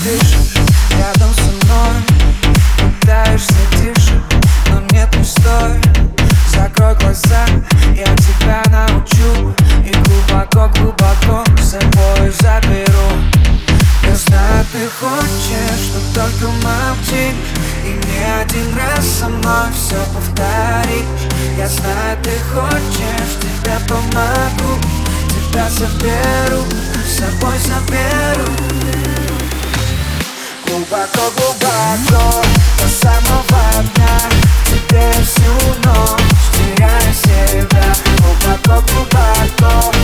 дышишь рядом со мной, пытаешься тише, но нет, не стой. Закрой глаза, я тебя научу и глубоко-глубоко с собой заберу. Я знаю, ты хочешь, но только молчи и не один раз со мной все повторишь. Я знаю, ты хочешь, тебе помогу, тебя заберу, с собой заберу. Глубоко-глубоко до самого дня, тебе всю ночь теряя себя. Глубоко-глубоко